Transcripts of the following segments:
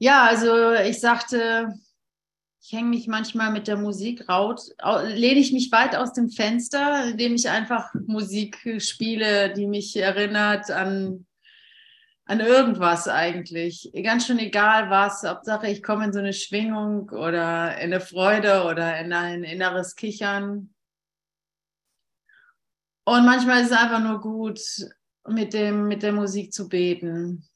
Ja, also ich sagte, ich hänge mich manchmal mit der Musik raus, lehne ich mich weit aus dem Fenster, indem ich einfach Musik spiele, die mich erinnert an irgendwas eigentlich. Ganz schön egal was, Hauptsache ich komme in so eine Schwingung oder in eine Freude oder in ein inneres Kichern. Und manchmal ist es einfach nur gut, mit der Musik zu beten.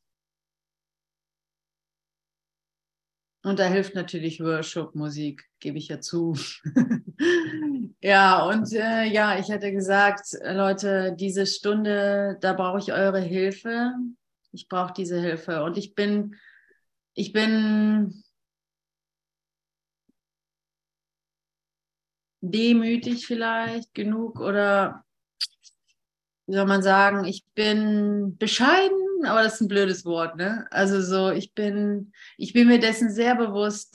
Und da hilft natürlich Worship-Musik, gebe ich ja zu. Ja, und ja, ich hatte gesagt, Leute, diese Stunde, da brauche ich eure Hilfe. Ich brauche diese Hilfe. Und ich bin demütig vielleicht genug oder wie soll man sagen, ich bin bescheiden, aber das ist ein blödes Wort, ne? Also so, ich bin mir dessen sehr bewusst,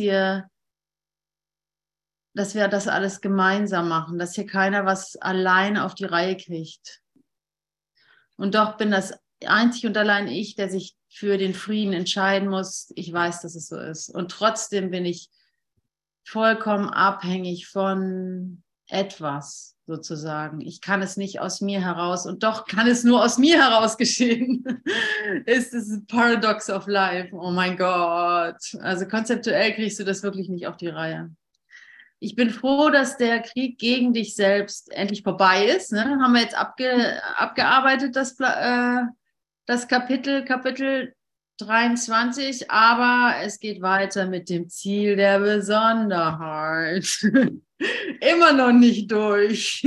dass wir das alles gemeinsam machen, dass hier keiner was allein auf die Reihe kriegt. Und doch bin das einzig und allein ich, der sich für den Frieden entscheiden muss. Ich weiß, dass es so ist. Und trotzdem bin ich vollkommen abhängig von etwas sozusagen. Ich kann es nicht aus mir heraus und doch kann es nur aus mir heraus geschehen. Ist das Paradox of Life. Oh mein Gott. Also konzeptuell kriegst du das wirklich nicht auf die Reihe. Ich bin froh, dass der Krieg gegen dich selbst endlich vorbei ist. Ne? Haben wir jetzt abgearbeitet, das Kapitel 23, aber es geht weiter mit dem Ziel der Besonderheit. Immer noch nicht durch.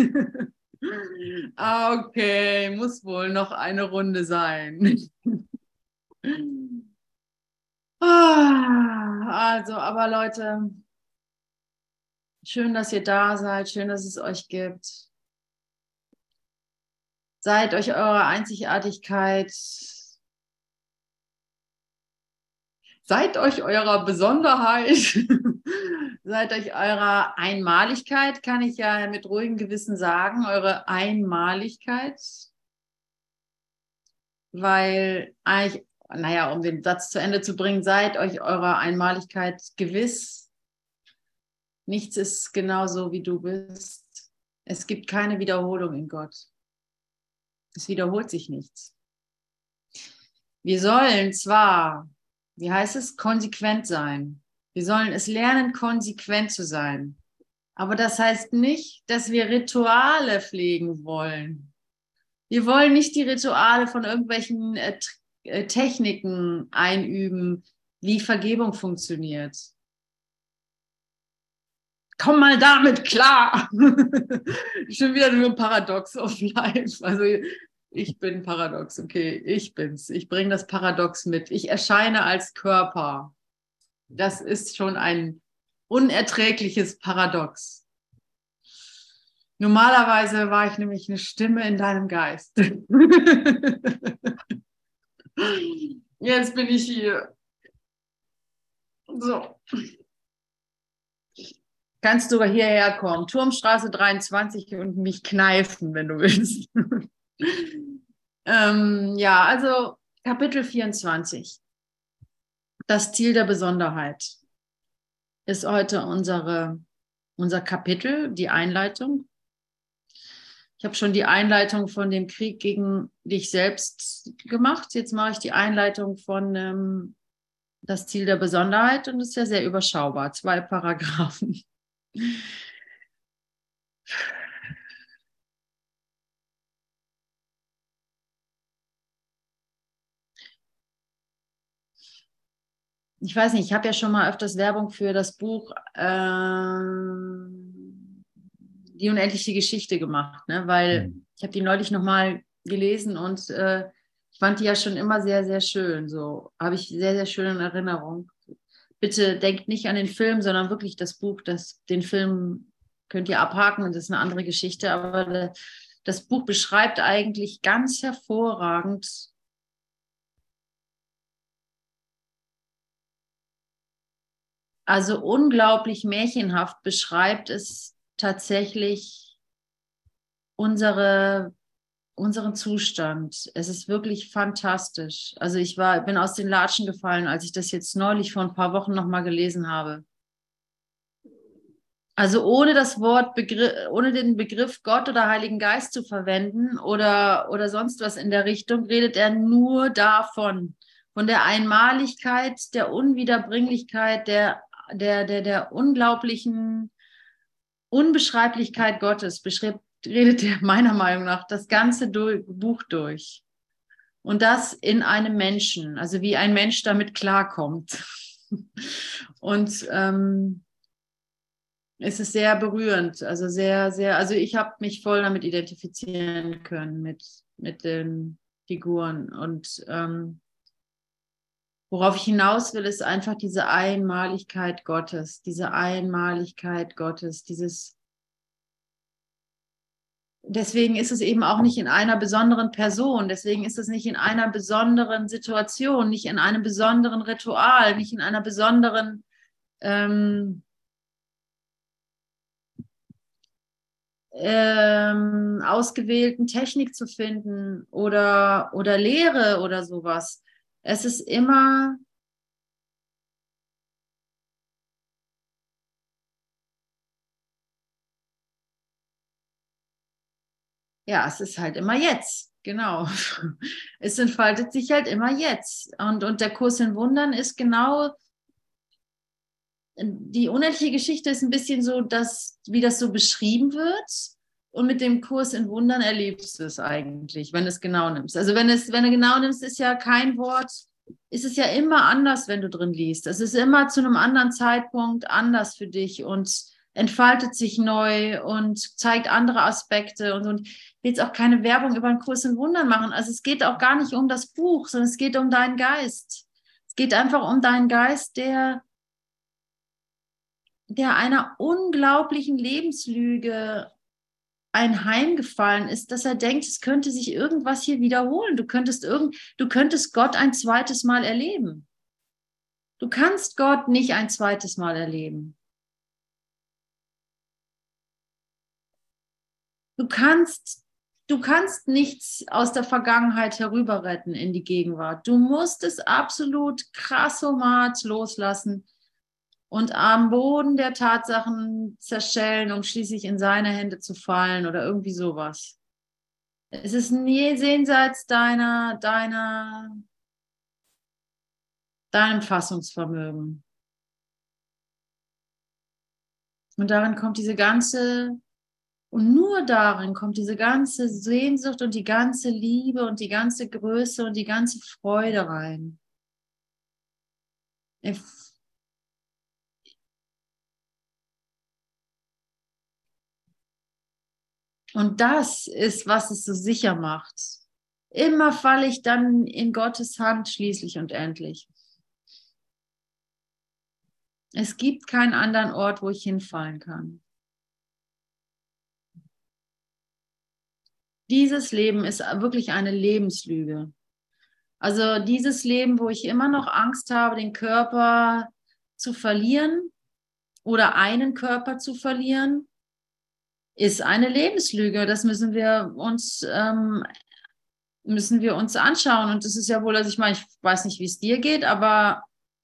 Okay, muss wohl noch eine Runde sein. Also, aber Leute, schön, dass ihr da seid, schön, dass es euch gibt. Seid euch eurer Einzigartigkeit, seid euch eurer Besonderheit, seid euch eurer Einmaligkeit, kann ich ja mit ruhigem Gewissen sagen, eure Einmaligkeit, weil eigentlich, naja, um den Satz zu Ende zu bringen, seid euch eurer Einmaligkeit gewiss. Nichts ist genauso, wie du bist. Es gibt keine Wiederholung in Gott. Es wiederholt sich nichts. Wir sollen zwar, wie heißt es, konsequent sein. Wir sollen es lernen, konsequent zu sein. Aber das heißt nicht, dass wir Rituale pflegen wollen. Wir wollen nicht die Rituale von irgendwelchen Techniken einüben, wie Vergebung funktioniert. Komm mal damit klar. Schon wieder nur ein Paradox of Life. Also ich bin Paradox, okay, ich bin's. Ich bringe das Paradox mit. Ich erscheine als Körper. Das ist schon ein unerträgliches Paradox. Normalerweise war ich nämlich eine Stimme in deinem Geist. Jetzt bin ich hier. So. Kannst du hierher kommen. Turmstraße 23 und mich kneifen, wenn du willst. Ja, also Kapitel 24. Das Ziel der Besonderheit ist heute unser Kapitel, die Einleitung. Ich habe schon die Einleitung von dem Krieg gegen dich selbst gemacht. Jetzt mache ich die Einleitung von das Ziel der Besonderheit und es ist ja sehr überschaubar. 2 Paragraphen. Ich weiß nicht, ich habe ja schon mal öfters Werbung für das Buch Die unendliche Geschichte gemacht, ne? Weil ich habe die neulich nochmal gelesen und ich fand die ja schon immer sehr, sehr schön. So habe ich sehr, sehr schön in Erinnerung. Bitte denkt nicht an den Film, sondern wirklich das Buch. Den Film könnt ihr abhaken und das ist eine andere Geschichte. Aber das Buch beschreibt eigentlich ganz hervorragend, also unglaublich märchenhaft beschreibt es tatsächlich unsere unseren Zustand. Es ist wirklich fantastisch. Also bin aus den Latschen gefallen, als ich das jetzt neulich vor ein paar Wochen nochmal gelesen habe. Also ohne ohne den Begriff Gott oder Heiligen Geist zu verwenden oder sonst was in der Richtung, redet er nur davon, von der Einmaligkeit, der Unwiederbringlichkeit, der unglaublichen Unbeschreiblichkeit Gottes, redet er meiner Meinung nach das ganze Buch durch. Und das in einem Menschen, also wie ein Mensch damit klarkommt. Und es ist sehr berührend, also sehr, sehr, also ich habe mich voll damit identifizieren können, mit den Figuren. Und worauf ich hinaus will, ist einfach diese Einmaligkeit Gottes, deswegen ist es eben auch nicht in einer besonderen Person, deswegen ist es nicht in einer besonderen Situation, nicht in einem besonderen Ritual, nicht in einer besonderen ausgewählten Technik zu finden oder Lehre oder sowas. Es ist immer ja, es ist halt immer jetzt, genau. Es entfaltet sich halt immer jetzt. Und der Kurs in Wundern ist genau, die unendliche Geschichte ist ein bisschen so, wie das so beschrieben wird. Und mit dem Kurs in Wundern erlebst du es eigentlich, wenn du es genau nimmst. Also wenn du genau nimmst, ist ja kein Wort, ist es ja immer anders, wenn du drin liest. Es ist immer zu einem anderen Zeitpunkt anders für dich und entfaltet sich neu und zeigt andere Aspekte und ich will jetzt auch keine Werbung über einen Kurs in Wundern machen. Also es geht auch gar nicht um das Buch, sondern es geht um deinen Geist. Es geht einfach um deinen Geist, der einer unglaublichen Lebenslüge einheimgefallen ist, dass er denkt, es könnte sich irgendwas hier wiederholen. Du könntest Gott ein zweites Mal erleben. Du kannst Gott nicht ein zweites Mal erleben. Du kannst nichts aus der Vergangenheit herüberretten in die Gegenwart. Du musst es absolut krassomat loslassen und am Boden der Tatsachen zerschellen, um schließlich in seine Hände zu fallen oder irgendwie sowas. Es ist nie jenseits deinem Fassungsvermögen. Und nur darin kommt diese ganze Sehnsucht und die ganze Liebe und die ganze Größe und die ganze Freude rein. Und das ist, was es so sicher macht. Immer falle ich dann in Gottes Hand schließlich und endlich. Es gibt keinen anderen Ort, wo ich hinfallen kann. Dieses Leben ist wirklich eine Lebenslüge. Also dieses Leben, wo ich immer noch Angst habe, den Körper zu verlieren oder einen Körper zu verlieren, ist eine Lebenslüge. Das müssen wir uns anschauen. Und das ist ja wohl, also ich meine, ich weiß nicht, wie es dir geht, aber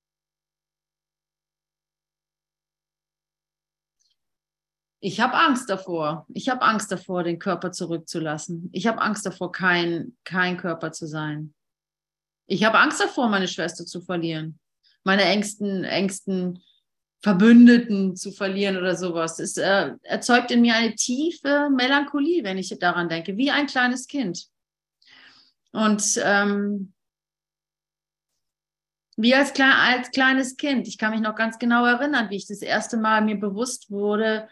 ich habe Angst davor. Ich habe Angst davor, den Körper zurückzulassen. Ich habe Angst davor, kein Körper zu sein. Ich habe Angst davor, meine Schwester zu verlieren. Meine engsten Verbündeten zu verlieren oder sowas. Es erzeugt in mir eine tiefe Melancholie, wenn ich daran denke, wie ein kleines Kind. Und wie als kleines Kind. Ich kann mich noch ganz genau erinnern, wie ich das erste Mal mir bewusst wurde,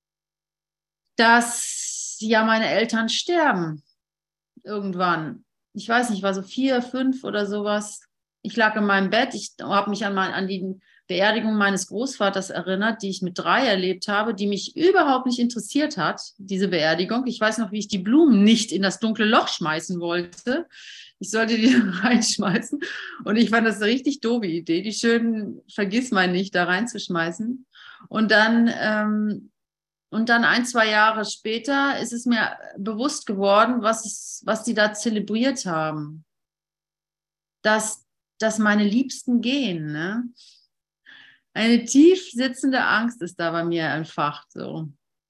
dass ja meine Eltern sterben irgendwann. Ich weiß nicht, ich war so 4, 5 oder sowas. Ich lag in meinem Bett. Ich habe mich an die Beerdigung meines Großvaters erinnert, die ich mit 3 erlebt habe, die mich überhaupt nicht interessiert hat, diese Beerdigung. Ich weiß noch, wie ich die Blumen nicht in das dunkle Loch schmeißen wollte. Ich sollte die reinschmeißen. Und ich fand das eine richtig doofe Idee, die schönen Vergissmeinnicht da reinzuschmeißen. Und dann Und dann 1, 2 Jahre später ist es mir bewusst geworden, was die da zelebriert haben. Dass meine Liebsten gehen. Ne? Eine tief sitzende Angst ist da bei mir entfacht. So.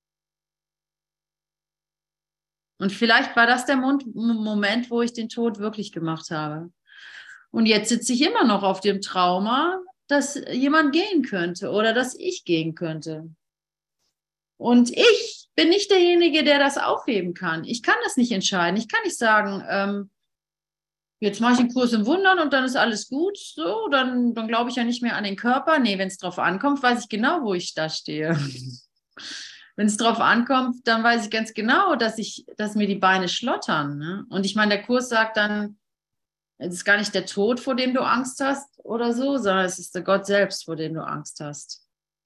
Und vielleicht war das der Moment, wo ich den Tod wirklich gemacht habe. Und jetzt sitze ich immer noch auf dem Trauma, dass jemand gehen könnte oder dass ich gehen könnte. Und ich bin nicht derjenige, der das aufheben kann. Ich kann das nicht entscheiden. Ich kann nicht sagen, jetzt mache ich einen Kurs im Wundern und dann ist alles gut. So, dann glaube ich ja nicht mehr an den Körper. Nee, wenn es drauf ankommt, weiß ich genau, wo ich da stehe. Wenn es drauf ankommt, dann weiß ich ganz genau, dass mir die Beine schlottern. Ne? Und ich meine, der Kurs sagt dann, es ist gar nicht der Tod, vor dem du Angst hast oder so, sondern es ist der Gott selbst, vor dem du Angst hast.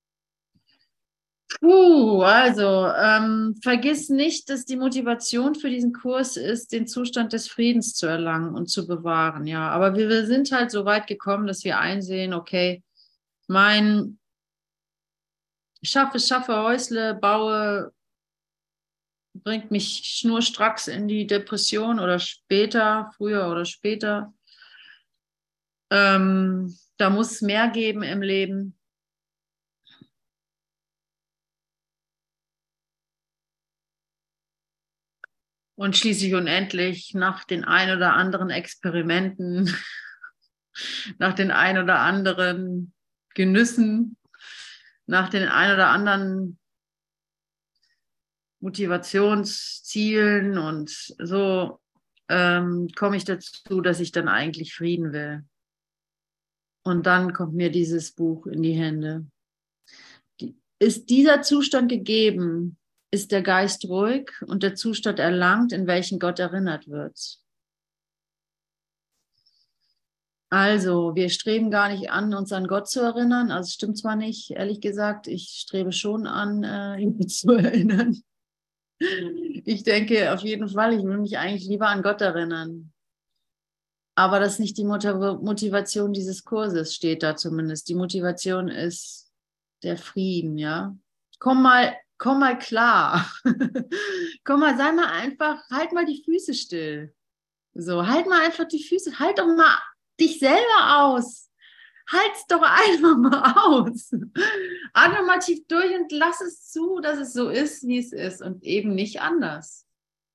Also vergiss nicht, dass die Motivation für diesen Kurs ist, den Zustand des Friedens zu erlangen und zu bewahren. Ja, aber wir sind halt so weit gekommen, dass wir einsehen, okay, mein schaffe Häusle, baue, bringt mich schnurstracks in die Depression oder später, früher oder später. Da muss es mehr geben im Leben. Und schließlich und endlich nach den ein oder anderen Experimenten, nach den ein oder anderen Genüssen, nach den ein oder anderen Motivationszielen und so komme ich dazu, dass ich dann eigentlich Frieden will. Und dann kommt mir dieses Buch in die Hände. Ist dieser Zustand gegeben, ist der Geist ruhig und der Zustand erlangt, in welchen Gott erinnert wird. Also, wir streben gar nicht an, uns an Gott zu erinnern. Also, es stimmt zwar nicht, ehrlich gesagt, ich strebe schon an, ihn zu erinnern. Ich denke auf jeden Fall, ich will mich eigentlich lieber an Gott erinnern. Aber das ist nicht die Motivation dieses Kurses, steht da zumindest. Die Motivation ist der Frieden, ja. Komm mal klar. Komm mal, sei mal einfach, halt mal die Füße still. So, halt mal einfach die Füße, halt doch mal dich selber aus. Halt's doch einfach mal aus. Atme mal tief durch und lass es zu, dass es so ist, wie es ist und eben nicht anders.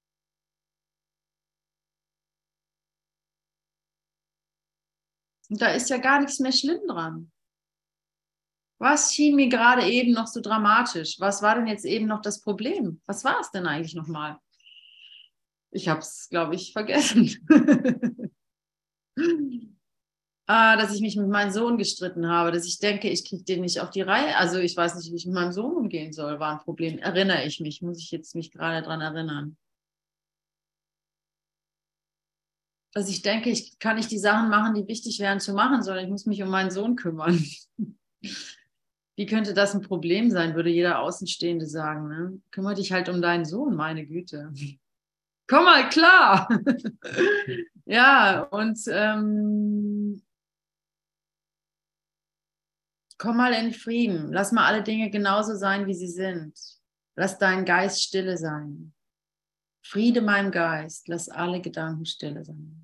Und da ist ja gar nichts mehr schlimm dran. Was schien mir gerade eben noch so dramatisch? Was war denn jetzt eben noch das Problem? Was war es denn eigentlich nochmal? Ich habe es, glaube ich, vergessen. Dass ich mich mit meinem Sohn gestritten habe, dass ich denke, ich kriege den nicht auf die Reihe. Also ich weiß nicht, wie ich mit meinem Sohn umgehen soll, war ein Problem. Erinnere ich mich, muss ich jetzt mich gerade daran erinnern. Dass ich denke, ich kann nicht die Sachen machen, die wichtig wären zu machen, sondern ich muss mich um meinen Sohn kümmern. Wie könnte das ein Problem sein, würde jeder Außenstehende sagen. Ne? Kümmere dich halt um deinen Sohn, meine Güte. Komm mal klar. Ja, und komm mal in Frieden. Lass mal alle Dinge genauso sein, wie sie sind. Lass deinen Geist stille sein. Friede meinem Geist. Lass alle Gedanken stille sein.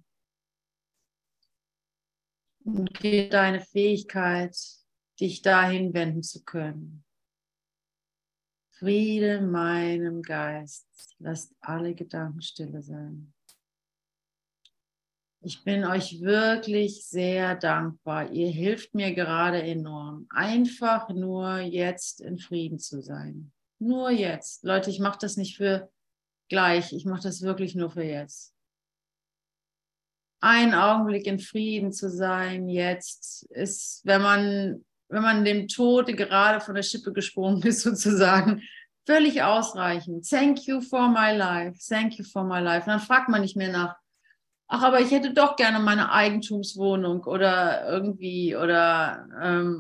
Und gib deine Fähigkeit, dich dahin wenden zu können. Friede meinem Geist. Lasst alle Gedanken stille sein. Ich bin euch wirklich sehr dankbar. Ihr hilft mir gerade enorm. Einfach nur jetzt in Frieden zu sein. Nur jetzt. Leute, ich mache das nicht für gleich. Ich mache das wirklich nur für jetzt. Einen Augenblick in Frieden zu sein, jetzt ist, wenn man dem Tod gerade von der Schippe gesprungen ist, sozusagen, völlig ausreichend. Thank you for my life. Thank you for my life. Und dann fragt man nicht mehr nach, ach, aber ich hätte doch gerne meine Eigentumswohnung oder irgendwie, oder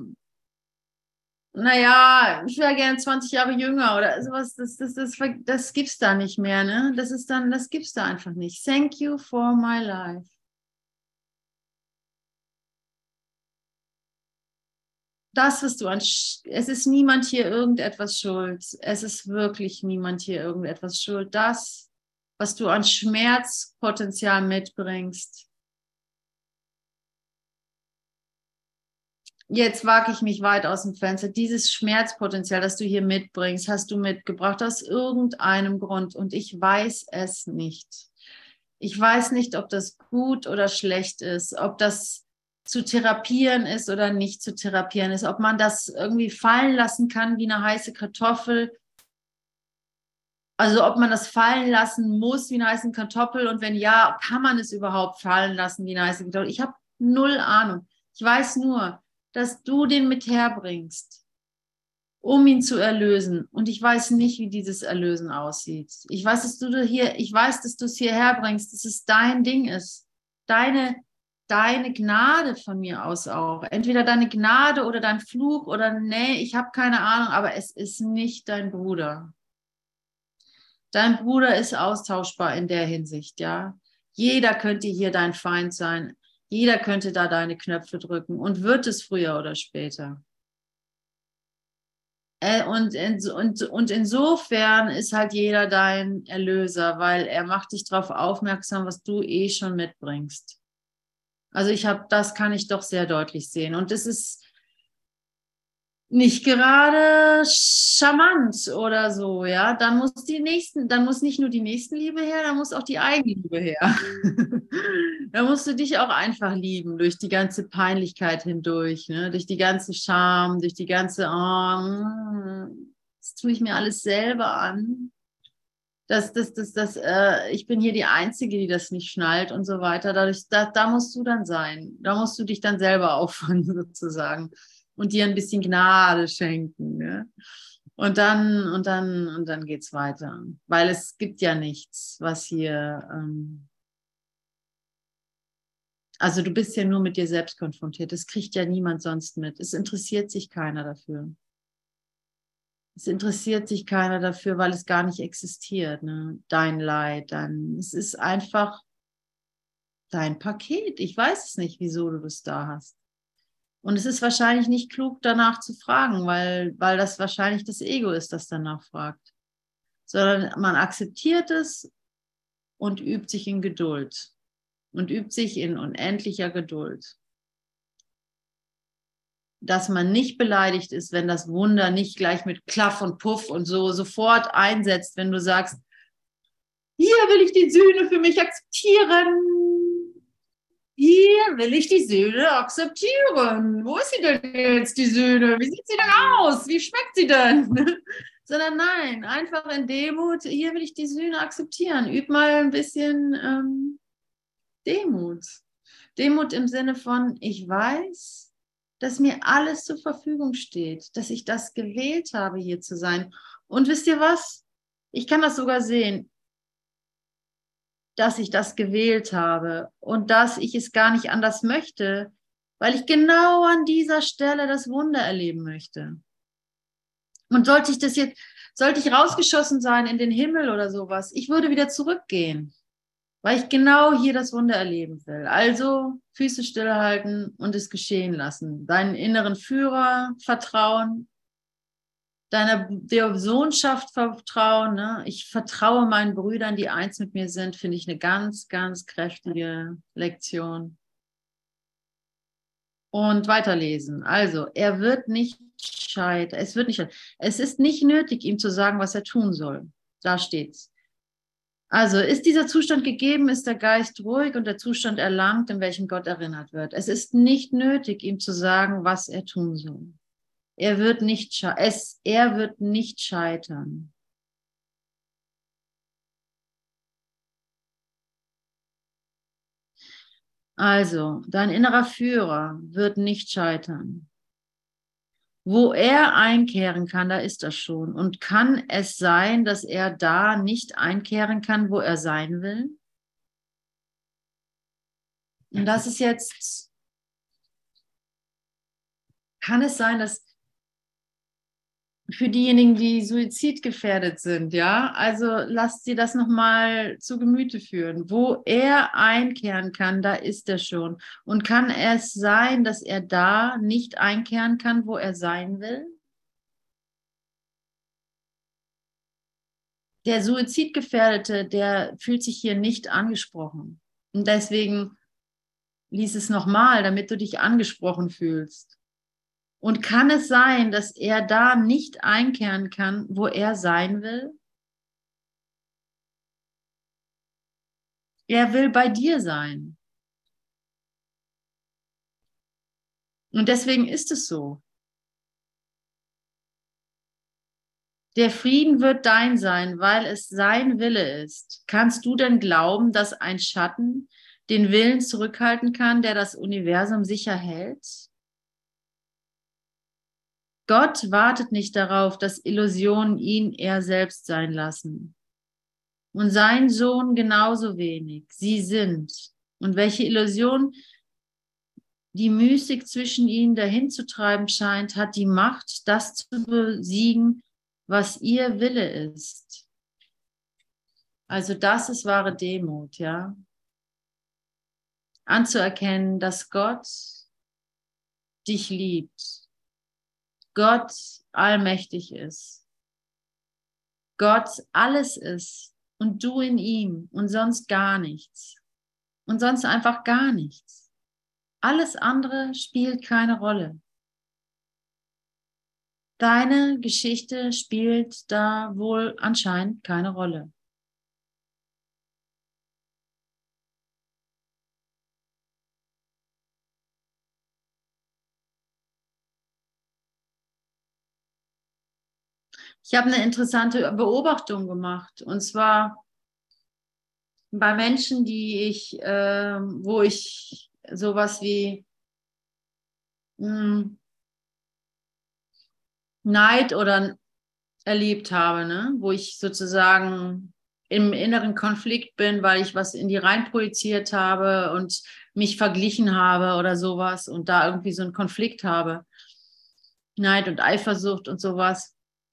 naja, ich wäre gerne 20 Jahre jünger oder sowas, das gibt's da nicht mehr, ne? Das gibt's da einfach nicht. Thank you for my life. das, was du es ist niemand hier irgendetwas schuld. Es ist wirklich niemand hier irgendetwas schuld. Das, was du an Schmerzpotenzial mitbringst. Jetzt wage ich mich weit aus dem Fenster. Dieses Schmerzpotenzial, das du hier mitbringst, hast du mitgebracht aus irgendeinem Grund. Und ich weiß es nicht. Ich weiß nicht, ob das gut oder schlecht ist, ob das zu therapieren ist oder nicht zu therapieren ist, ob man das irgendwie fallen lassen kann wie eine heiße Kartoffel. Also ob man das fallen lassen muss wie eine heiße Kartoffel und wenn ja, kann man es überhaupt fallen lassen wie eine heiße Kartoffel? Ich habe null Ahnung. Ich weiß nur, dass du den mit herbringst, um ihn zu erlösen. Und ich weiß nicht, wie dieses Erlösen aussieht. Ich weiß, dass du es hierher bringst, dass es dein Ding ist. Deine Gnade von mir aus auch. Entweder deine Gnade oder dein Fluch oder nee, ich habe keine Ahnung, aber es ist nicht dein Bruder. Dein Bruder ist austauschbar in der Hinsicht, ja. Jeder könnte hier dein Feind sein. Jeder könnte da deine Knöpfe drücken und wird es früher oder später. Und insofern ist halt jeder dein Erlöser, weil er macht dich darauf aufmerksam, was du eh schon mitbringst. Also das kann ich doch sehr deutlich sehen. Und es ist nicht gerade charmant oder so, ja. Dann muss nicht nur die Nächstenliebe her, dann muss auch die Eigenliebe her. Da musst du dich auch einfach lieben, durch die ganze Peinlichkeit hindurch, ne? Durch die ganze Scham, durch die ganze, das tue ich mir alles selber an. Ich bin hier die Einzige, die das nicht schnallt und so weiter. Da musst du dann sein. Da musst du dich dann selber auffangen, sozusagen. Und dir ein bisschen Gnade schenken. Ne? Und dann geht's weiter. Weil es gibt ja nichts, was hier. Also du bist ja nur mit dir selbst konfrontiert. Das kriegt ja niemand sonst mit. Es interessiert sich keiner dafür. Es interessiert sich keiner dafür, weil es gar nicht existiert. Ne? Dein Leid, es ist einfach dein Paket. Ich weiß es nicht, wieso du das da hast. Und es ist wahrscheinlich nicht klug, danach zu fragen, weil das wahrscheinlich das Ego ist, das danach fragt. Sondern man akzeptiert es und übt sich in Geduld. Und übt sich in unendlicher Geduld. Dass man nicht beleidigt ist, wenn das Wunder nicht gleich mit Klaff und Puff und so sofort einsetzt, wenn du sagst, hier will ich die Sühne für mich akzeptieren. Hier will ich die Sühne akzeptieren. Wo ist sie denn jetzt, die Sühne? Wie sieht sie denn aus? Wie schmeckt sie denn? Sondern nein, einfach in Demut, hier will ich die Sühne akzeptieren. Üb mal ein bisschen Demut. Demut im Sinne von, ich weiß, dass mir alles zur Verfügung steht, dass ich das gewählt habe, hier zu sein. Und wisst ihr was? Ich kann das sogar sehen, dass ich das gewählt habe und dass ich es gar nicht anders möchte, weil ich genau an dieser Stelle das Wunder erleben möchte. Und sollte ich rausgeschossen sein in den Himmel oder sowas, ich würde wieder zurückgehen, weil ich genau hier das Wunder erleben will. Also Füße stillhalten und es geschehen lassen. Deinen inneren Führer vertrauen, der Sohnschaft vertrauen. Ne? Ich vertraue meinen Brüdern, die eins mit mir sind, finde ich eine ganz, ganz kräftige Lektion. Und weiterlesen. Also, er wird nicht scheitern. Es wird nicht scheitern. Es ist nicht nötig, ihm zu sagen, was er tun soll. Da steht's. Also, ist dieser Zustand gegeben, ist der Geist ruhig und der Zustand erlangt, in welchem Gott erinnert wird. Es ist nicht nötig, ihm zu sagen, was er tun soll. Er wird nicht scheitern. Also, dein innerer Führer wird nicht scheitern. Wo er einkehren kann, da ist er schon. Und kann es sein, dass er da nicht einkehren kann, wo er sein will? Und das ist jetzt, kann es sein, dass für diejenigen, die suizidgefährdet sind, ja, also lasst sie das nochmal zu Gemüte führen. Wo er einkehren kann, da ist er schon. Und kann es sein, dass er da nicht einkehren kann, wo er sein will? Der Suizidgefährdete, der fühlt sich hier nicht angesprochen. Und deswegen lies es nochmal, damit du dich angesprochen fühlst. Und kann es sein, dass er da nicht einkehren kann, wo er sein will? Er will bei dir sein. Und deswegen ist es so. Der Frieden wird dein sein, weil es sein Wille ist. Kannst du denn glauben, dass ein Schatten den Willen zurückhalten kann, der das Universum sicher hält? Gott wartet nicht darauf, dass Illusionen ihn er selbst sein lassen. Und sein Sohn genauso wenig. Sie sind. Und welche Illusion die Mystik zwischen ihnen dahin zu treiben scheint, hat die Macht, das zu besiegen, was ihr Wille ist. Also das ist wahre Demut, ja. Anzuerkennen, dass Gott dich liebt. Gott allmächtig ist. Gott alles ist und du in ihm und sonst gar nichts. Und sonst einfach gar nichts. Alles andere spielt keine Rolle. Deine Geschichte spielt da wohl anscheinend keine Rolle. Ich habe eine interessante Beobachtung gemacht, und zwar bei Menschen, wo ich sowas wie Neid oder erlebt habe, ne? Wo ich sozusagen im inneren Konflikt bin, weil ich was in die rein projiziert habe und mich verglichen habe oder sowas und da irgendwie so einen Konflikt habe. Neid und Eifersucht und sowas.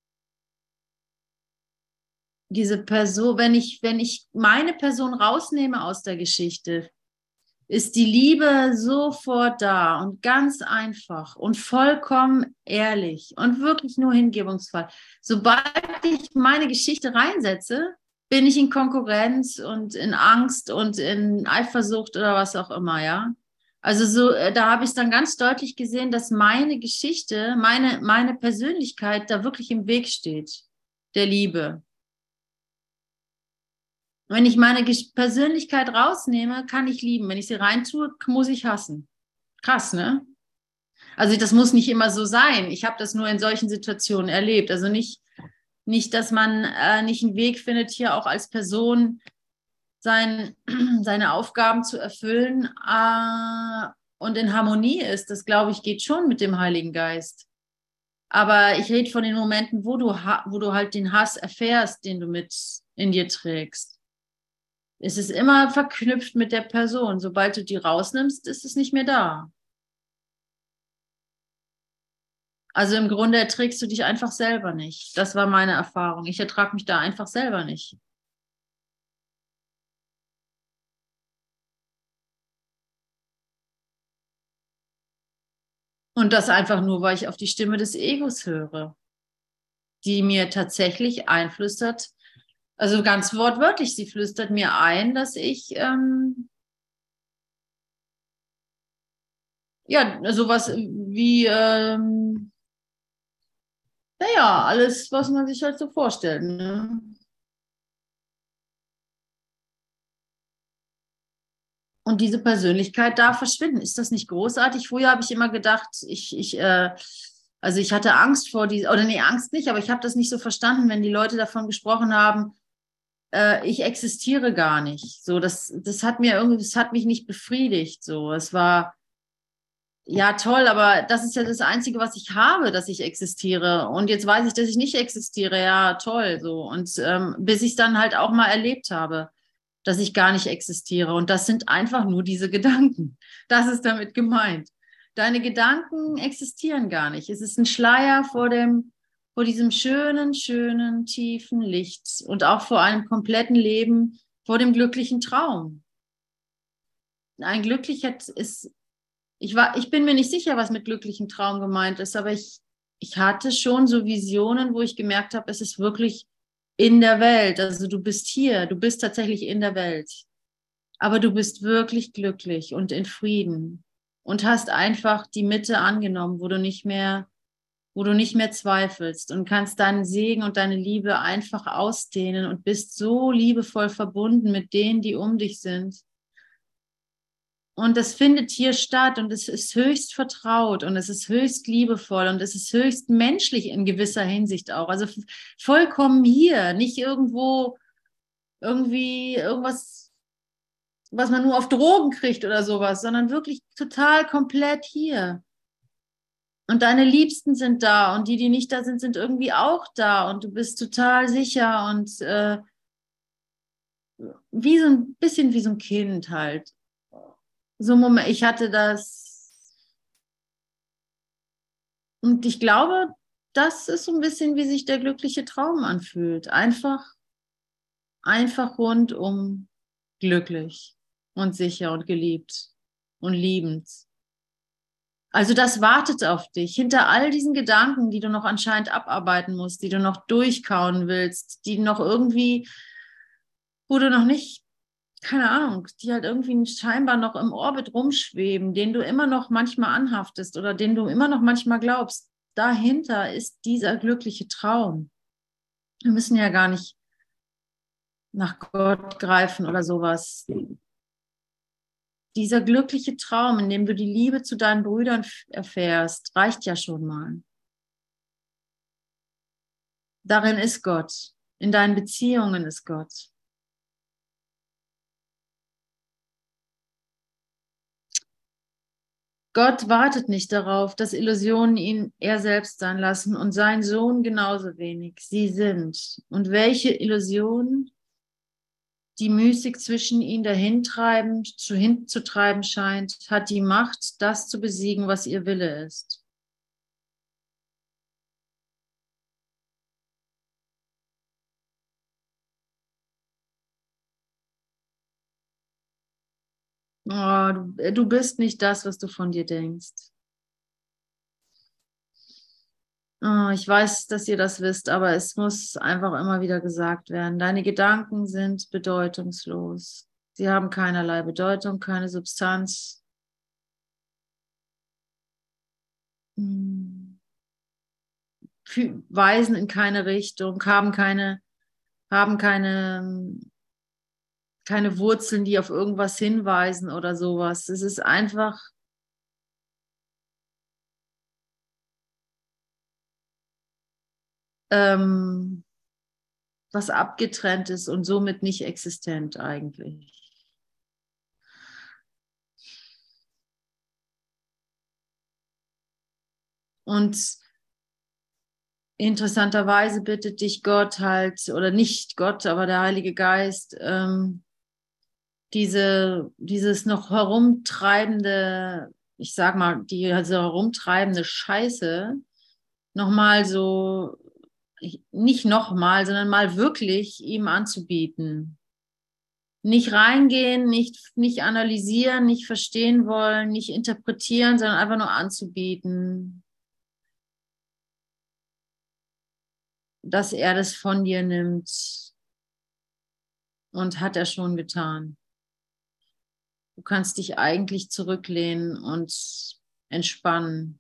Diese Person, wenn ich meine Person rausnehme aus der Geschichte, ist die Liebe sofort da und ganz einfach und vollkommen ehrlich und wirklich nur hingebungsvoll. Sobald ich meine Geschichte reinsetze, bin ich in Konkurrenz und in Angst und in Eifersucht oder was auch immer, ja. Also so, da habe ich es dann ganz deutlich gesehen, dass meine Geschichte, meine Persönlichkeit da wirklich im Weg steht, der Liebe. Wenn ich meine Persönlichkeit rausnehme, kann ich lieben. Wenn ich sie reintue, muss ich hassen. Krass, ne? Also das muss nicht immer so sein. Ich habe das nur in solchen Situationen erlebt. Also nicht dass man nicht einen Weg findet, hier auch als Person seine Aufgaben zu erfüllen und in Harmonie ist. Das, glaube ich, geht schon mit dem Heiligen Geist. Aber ich rede von den Momenten, wo du halt den Hass erfährst, den du mit in dir trägst. Es ist immer verknüpft mit der Person. Sobald du die rausnimmst, ist es nicht mehr da. Also im Grunde erträgst du dich einfach selber nicht. Das war meine Erfahrung. Ich ertrage mich da einfach selber nicht. Und das einfach nur, weil ich auf die Stimme des Egos höre, die mir tatsächlich einflüstert, also ganz wortwörtlich, sie flüstert mir ein, dass ich ja sowas wie naja, alles, was man sich halt so vorstellt. Ne? Und diese Persönlichkeit darf verschwinden. Ist das nicht großartig? Früher habe ich immer gedacht, also ich hatte Angst vor oder nee, Angst nicht, aber ich habe das nicht so verstanden, wenn die Leute davon gesprochen haben, ich existiere gar nicht. So, das hat mir irgendwie, das hat mich nicht befriedigt. So, es war ja toll, aber das ist ja das Einzige, was ich habe, dass ich existiere. Und jetzt weiß ich, dass ich nicht existiere. Ja, toll. So. Und bis ich es dann halt auch mal erlebt habe, dass ich gar nicht existiere. Und das sind einfach nur diese Gedanken. Das ist damit gemeint. Deine Gedanken existieren gar nicht. Es ist ein Schleier vor dem vor diesem schönen, schönen, tiefen Licht und auch vor einem kompletten Leben, vor dem glücklichen Traum. Ein glücklicher ist, ich bin mir nicht sicher, was mit glücklichem Traum gemeint ist, aber ich hatte schon so Visionen, wo ich gemerkt habe, es ist wirklich in der Welt. Also du bist hier, du bist tatsächlich in der Welt, aber du bist wirklich glücklich und in Frieden und hast einfach die Mitte angenommen, wo du nicht mehr zweifelst und kannst deinen Segen und deine Liebe einfach ausdehnen und bist so liebevoll verbunden mit denen, die um dich sind. Und das findet hier statt und es ist höchst vertraut und es ist höchst liebevoll und es ist höchst menschlich in gewisser Hinsicht auch. Also vollkommen hier, nicht irgendwo irgendwie irgendwas, was man nur auf Drogen kriegt oder sowas, sondern wirklich total komplett hier. Und deine Liebsten sind da und die nicht da sind, sind irgendwie auch da und du bist total sicher und wie so ein bisschen wie so ein Kind halt. So ein Moment, ich hatte das und ich glaube, das ist so ein bisschen, wie sich der glückliche Traum anfühlt. Einfach rundum glücklich und sicher und geliebt und liebend. Also das wartet auf dich. Hinter all diesen Gedanken, die du noch anscheinend abarbeiten musst, die du noch durchkauen willst, die noch irgendwie, wo du noch nicht, keine Ahnung, die halt irgendwie scheinbar noch im Orbit rumschweben, den du immer noch manchmal anhaftest oder den du immer noch manchmal glaubst, dahinter ist dieser glückliche Traum. Wir müssen ja gar nicht nach Gott greifen oder sowas. Dieser glückliche Traum, in dem du die Liebe zu deinen Brüdern erfährst, reicht ja schon mal. Darin ist Gott. In deinen Beziehungen ist Gott. Gott wartet nicht darauf, dass Illusionen ihn er selbst sein lassen und sein Sohn genauso wenig. Sie sind. Und welche Illusion, die müßig zwischen ihnen dahintreiben, hinzutreiben scheint, hat die Macht, das zu besiegen, was ihr Wille ist. Oh, du bist nicht das, was du von dir denkst. Oh, ich weiß, dass ihr das wisst, aber es muss einfach immer wieder gesagt werden. Deine Gedanken sind bedeutungslos. Sie haben keinerlei Bedeutung, keine Substanz. Hm. Weisen in keine Richtung, haben keine Wurzeln, die auf irgendwas hinweisen oder sowas. Es ist einfach ähm, was Abgetrenntes und somit nicht existent eigentlich. Und interessanterweise bittet dich Gott halt, oder nicht Gott, aber der Heilige Geist, dieses noch herumtreibende, ich sag mal, die also herumtreibende Scheiße nochmal so, nicht nochmal, sondern mal wirklich ihm anzubieten. Nicht reingehen, nicht analysieren, nicht verstehen wollen, nicht interpretieren, sondern einfach nur anzubieten, dass er das von dir nimmt. Und hat er schon getan. Du kannst dich eigentlich zurücklehnen und entspannen.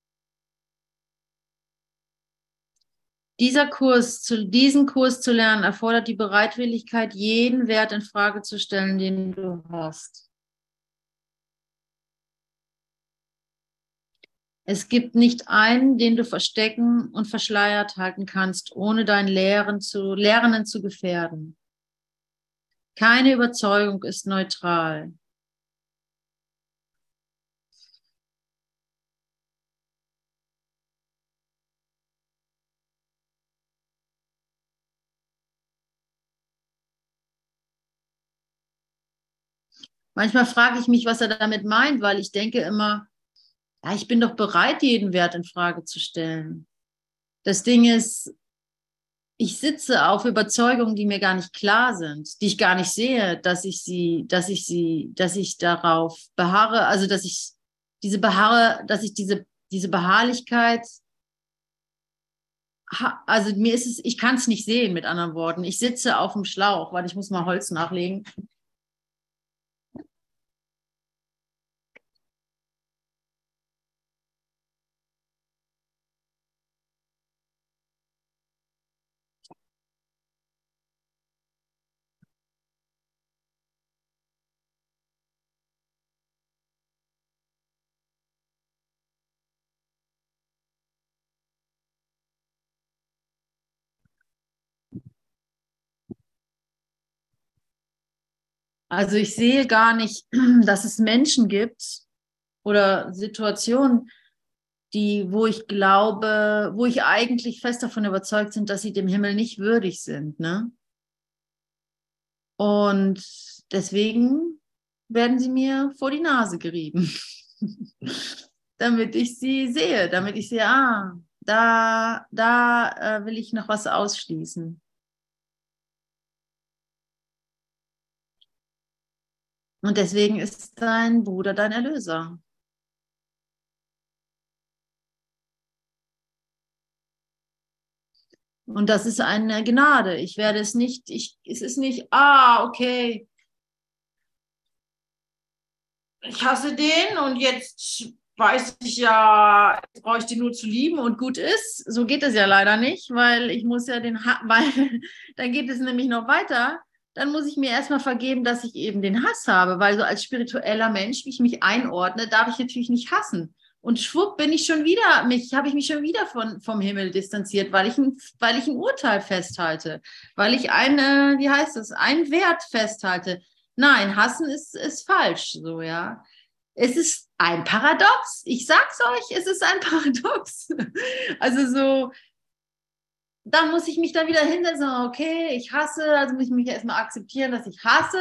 Diesen Kurs zu lernen, erfordert die Bereitwilligkeit, jeden Wert in Frage zu stellen, den du hast. Es gibt nicht einen, den du verstecken und verschleiert halten kannst, ohne dein Lernen zu gefährden. Keine Überzeugung ist neutral. Manchmal frage ich mich, was er damit meint, weil ich denke immer, ja, ich bin doch bereit, jeden Wert in Frage zu stellen. Das Ding ist, ich sitze auf Überzeugungen, die mir gar nicht klar sind, die ich gar nicht sehe, dass ich darauf beharre, also dass ich diese Beharrlichkeit, also mir ist es, ich kann es nicht sehen, mit anderen Worten. Ich sitze auf dem Schlauch, weil ich muss mal Holz nachlegen. Also ich sehe gar nicht, dass es Menschen gibt oder Situationen, wo ich glaube, wo ich eigentlich fest davon überzeugt bin, dass sie dem Himmel nicht würdig sind, ne? Und deswegen werden sie mir vor die Nase gerieben, damit ich sie sehe, damit ich sehe, da will ich noch was ausschließen. Und deswegen ist dein Bruder dein Erlöser. Und das ist eine Gnade. Ich werde es nicht, es ist nicht, okay, ich hasse den und jetzt weiß ich ja, jetzt brauche ich den nur zu lieben und gut ist. So geht es ja leider nicht, weil ich muss ja weil dann geht es nämlich noch weiter. Dann muss ich mir erstmal vergeben, dass ich eben den Hass habe, weil so als spiritueller Mensch, wie ich mich einordne, darf ich natürlich nicht hassen. Und schwupp habe ich mich schon wieder vom Himmel distanziert, weil ich ein Urteil festhalte, weil ich wie heißt das, einen Wert festhalte. Nein, hassen ist falsch, so, ja. Es ist ein Paradox. Ich sag's euch, es ist ein Paradox. Also so, da muss ich mich dann wieder hinsetzen, okay, ich hasse, also muss ich mich erstmal akzeptieren, dass ich hasse.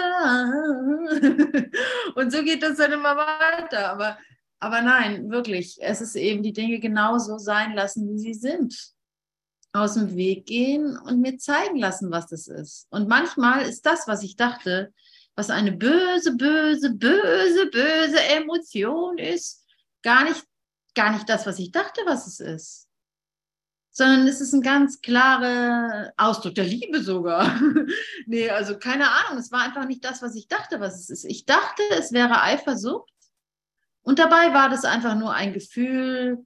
Und so geht das dann immer weiter. Aber nein, wirklich, es ist eben die Dinge genauso sein lassen, wie sie sind. Aus dem Weg gehen und mir zeigen lassen, was das ist. Und manchmal ist das, was ich dachte, was eine böse, böse, böse, böse Emotion ist, gar nicht das, was ich dachte, was es ist. Sondern es ist ein ganz klarer Ausdruck der Liebe sogar. Nee, also keine Ahnung, es war einfach nicht das, was ich dachte, was es ist. Ich dachte, es wäre Eifersucht und dabei war das einfach nur ein Gefühl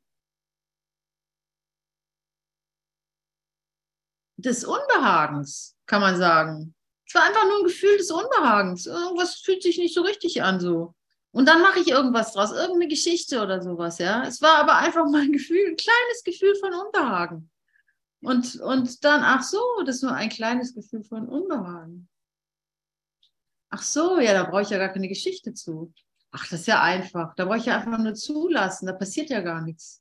des Unbehagens, kann man sagen. Es war einfach nur ein Gefühl des Unbehagens. Irgendwas fühlt sich nicht so richtig an so. Und dann mache ich irgendwas draus, irgendeine Geschichte oder sowas, ja. Es war aber einfach mal ein Gefühl, ein kleines Gefühl von Unbehagen. Und dann, ach so, das ist nur ein kleines Gefühl von Unbehagen. Ach so, ja, da brauche ich ja gar keine Geschichte zu. Ach, das ist ja einfach. Da brauche ich ja einfach nur zulassen. Da passiert ja gar nichts.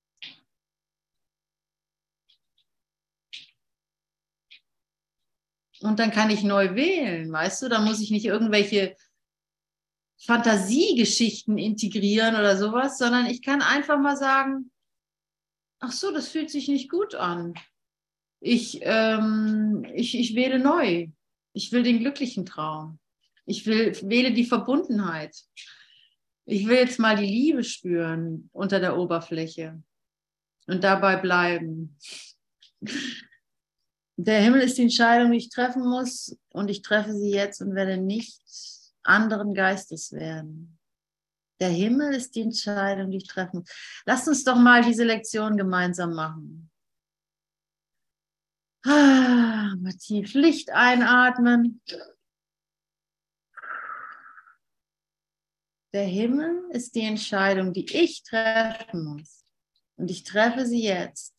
Und dann kann ich neu wählen, weißt du? Da muss ich nicht irgendwelche Fantasiegeschichten integrieren oder sowas, sondern ich kann einfach mal sagen, ach so, das fühlt sich nicht gut an. Ich wähle neu. Ich will den glücklichen Traum. Wähle die Verbundenheit. Ich will jetzt mal die Liebe spüren unter der Oberfläche und dabei bleiben. Der Himmel ist die Entscheidung, die ich treffen muss und ich treffe sie jetzt und werde nicht anderen Geistes werden. Der Himmel ist die Entscheidung, die ich treffen muss. Lasst uns doch mal diese Lektion gemeinsam machen. Mal tief Licht einatmen. Der Himmel ist die Entscheidung, die ich treffen muss. Und ich treffe sie jetzt.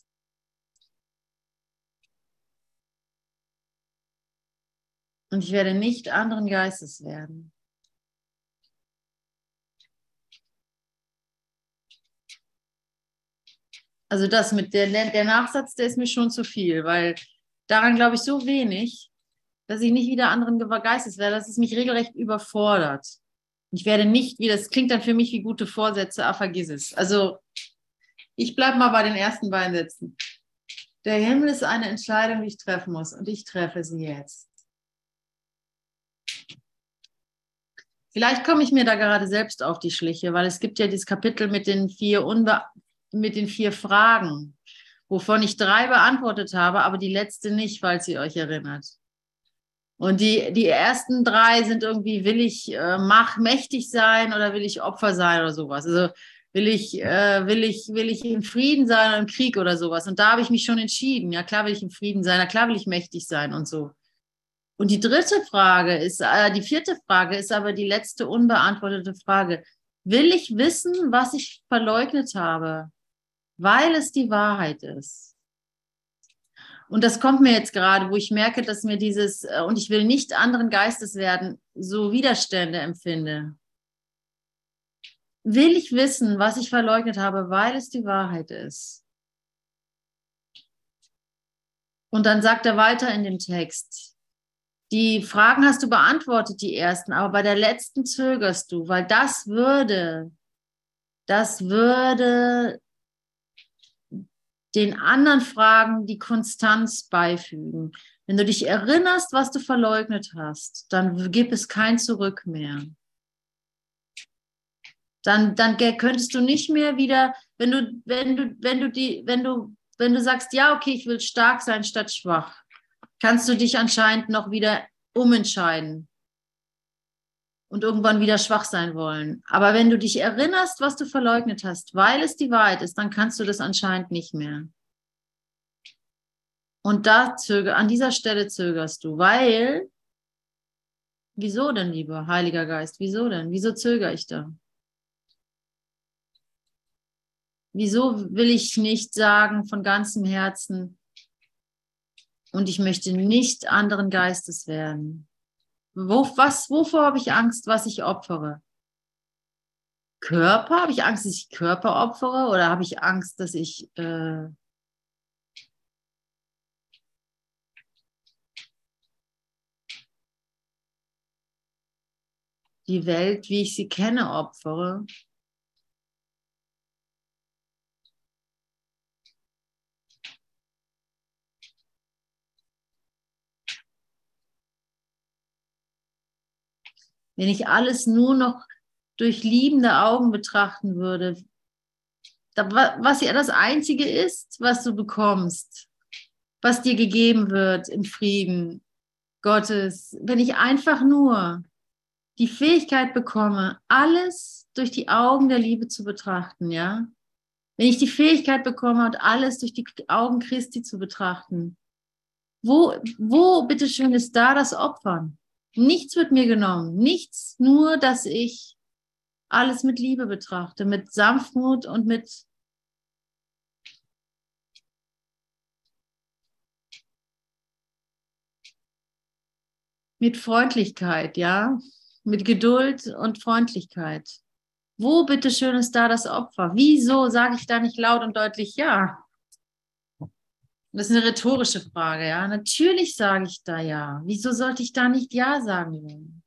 Und ich werde nicht anderen Geistes werden. Also das mit der Nachsatz, der ist mir schon zu viel, weil daran glaube ich so wenig, dass ich nicht wieder anderen Geistes werde, dass es mich regelrecht überfordert. Ich werde nicht wieder, das klingt dann für mich wie gute Vorsätze, vergiss es. Also ich bleibe mal bei den ersten beiden Sätzen. Der Himmel ist eine Entscheidung, die ich treffen muss und ich treffe sie jetzt. Vielleicht komme ich mir da gerade selbst auf die Schliche, weil es gibt ja dieses Kapitel mit den 4 Fragen, wovon ich 3 beantwortet habe, aber die letzte nicht, falls ihr euch erinnert. Und die ersten 3 sind irgendwie, will ich mächtig sein oder will ich Opfer sein oder sowas. Also will ich im Frieden sein oder im Krieg oder sowas. Und da habe ich mich schon entschieden. Ja, klar will ich im Frieden sein, ja, klar will ich mächtig sein und so. Und die 4. Frage ist aber die letzte unbeantwortete Frage. Will ich wissen, was ich verleugnet habe, weil es die Wahrheit ist? Und das kommt mir jetzt gerade, wo ich merke, dass mir und ich will nicht anderen Geistes werden, so Widerstände empfinde. Will ich wissen, was ich verleugnet habe, weil es die Wahrheit ist? Und dann sagt er weiter in dem Text, die Fragen hast du beantwortet, die ersten, aber bei der letzten zögerst du, weil das würde den anderen Fragen die Konstanz beifügen. Wenn du dich erinnerst, was du verleugnet hast, dann gibt es kein Zurück mehr. Dann könntest du nicht mehr wieder, wenn du sagst, ja, okay, ich will stark sein statt schwach, kannst du dich anscheinend noch wieder umentscheiden und irgendwann wieder schwach sein wollen. Aber wenn du dich erinnerst, was du verleugnet hast, weil es die Wahrheit ist, dann kannst du das anscheinend nicht mehr. Und an dieser Stelle zögerst du, weil, wieso denn, lieber Heiliger Geist, wieso denn? Wieso zögere ich da? Wieso will ich nicht sagen von ganzem Herzen und ich möchte nicht anderen Geistes werden? Wovor habe ich Angst, was ich opfere? Körper? Habe ich Angst, dass ich Körper opfere? Oder habe ich Angst, dass ich die Welt, wie ich sie kenne, opfere? Wenn ich alles nur noch durch liebende Augen betrachten würde, was ja das Einzige ist, was du bekommst, was dir gegeben wird im Frieden Gottes, wenn ich einfach nur die Fähigkeit bekomme, alles durch die Augen der Liebe zu betrachten, ja? Wenn ich die Fähigkeit bekomme und alles durch die Augen Christi zu betrachten, wo bitteschön ist da das Opfern? Nichts wird mir genommen, nichts, nur dass ich alles mit Liebe betrachte, mit Sanftmut und mit Freundlichkeit, ja, mit Geduld und Freundlichkeit. Wo bitteschön ist da das Opfer? Wieso sage ich da nicht laut und deutlich ja? Das ist eine rhetorische Frage, ja. Natürlich sage ich da ja. Wieso sollte ich da nicht ja sagen wollen?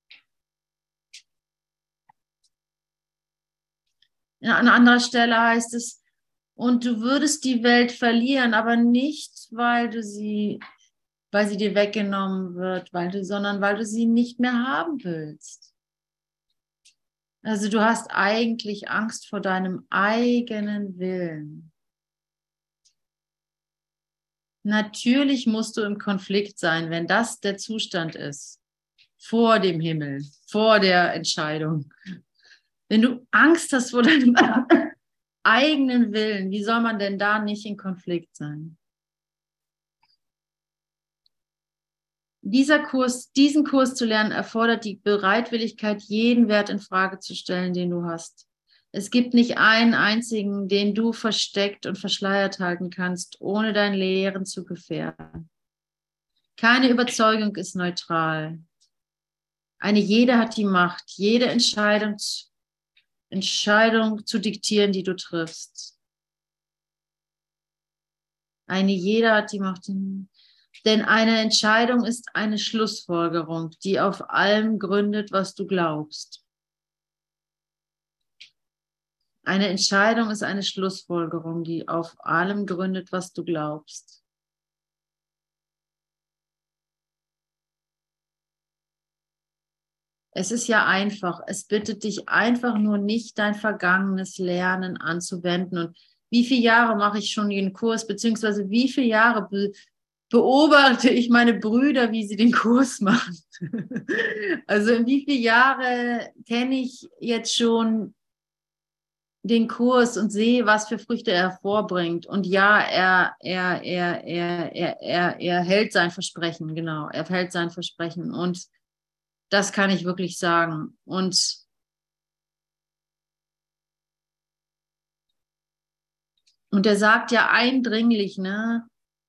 An anderer Stelle heißt es, und du würdest die Welt verlieren, aber nicht, weil sie dir weggenommen wird, sondern weil du sie nicht mehr haben willst. Also du hast eigentlich Angst vor deinem eigenen Willen. Natürlich musst du im Konflikt sein, wenn das der Zustand ist, vor dem Himmel, vor der Entscheidung. Wenn du Angst hast vor deinem eigenen Willen, wie soll man denn da nicht in Konflikt sein? Diesen Kurs zu lernen, erfordert die Bereitwilligkeit, jeden Wert in Frage zu stellen, den du hast. Es gibt nicht einen einzigen, den du versteckt und verschleiert halten kannst, ohne dein Lehren zu gefährden. Keine Überzeugung ist neutral. Jede hat die Macht, jede Entscheidung zu diktieren, die du triffst. Jede hat die Macht. Denn eine Entscheidung ist eine Schlussfolgerung, die auf allem gründet, was du glaubst. Eine Entscheidung ist eine Schlussfolgerung, die auf allem gründet, was du glaubst. Es ist ja einfach. Es bittet dich einfach nur nicht, dein vergangenes Lernen anzuwenden. Und wie viele Jahre mache ich schon den Kurs, beziehungsweise wie viele Jahre beobachte ich meine Brüder, wie sie den Kurs machen? Also wie viele Jahre kenne ich jetzt schon den Kurs und sehe, was für Früchte er hervorbringt. Und ja, er hält sein Versprechen, genau. Er hält sein Versprechen. Und das kann ich wirklich sagen. Und er sagt ja eindringlich, ne,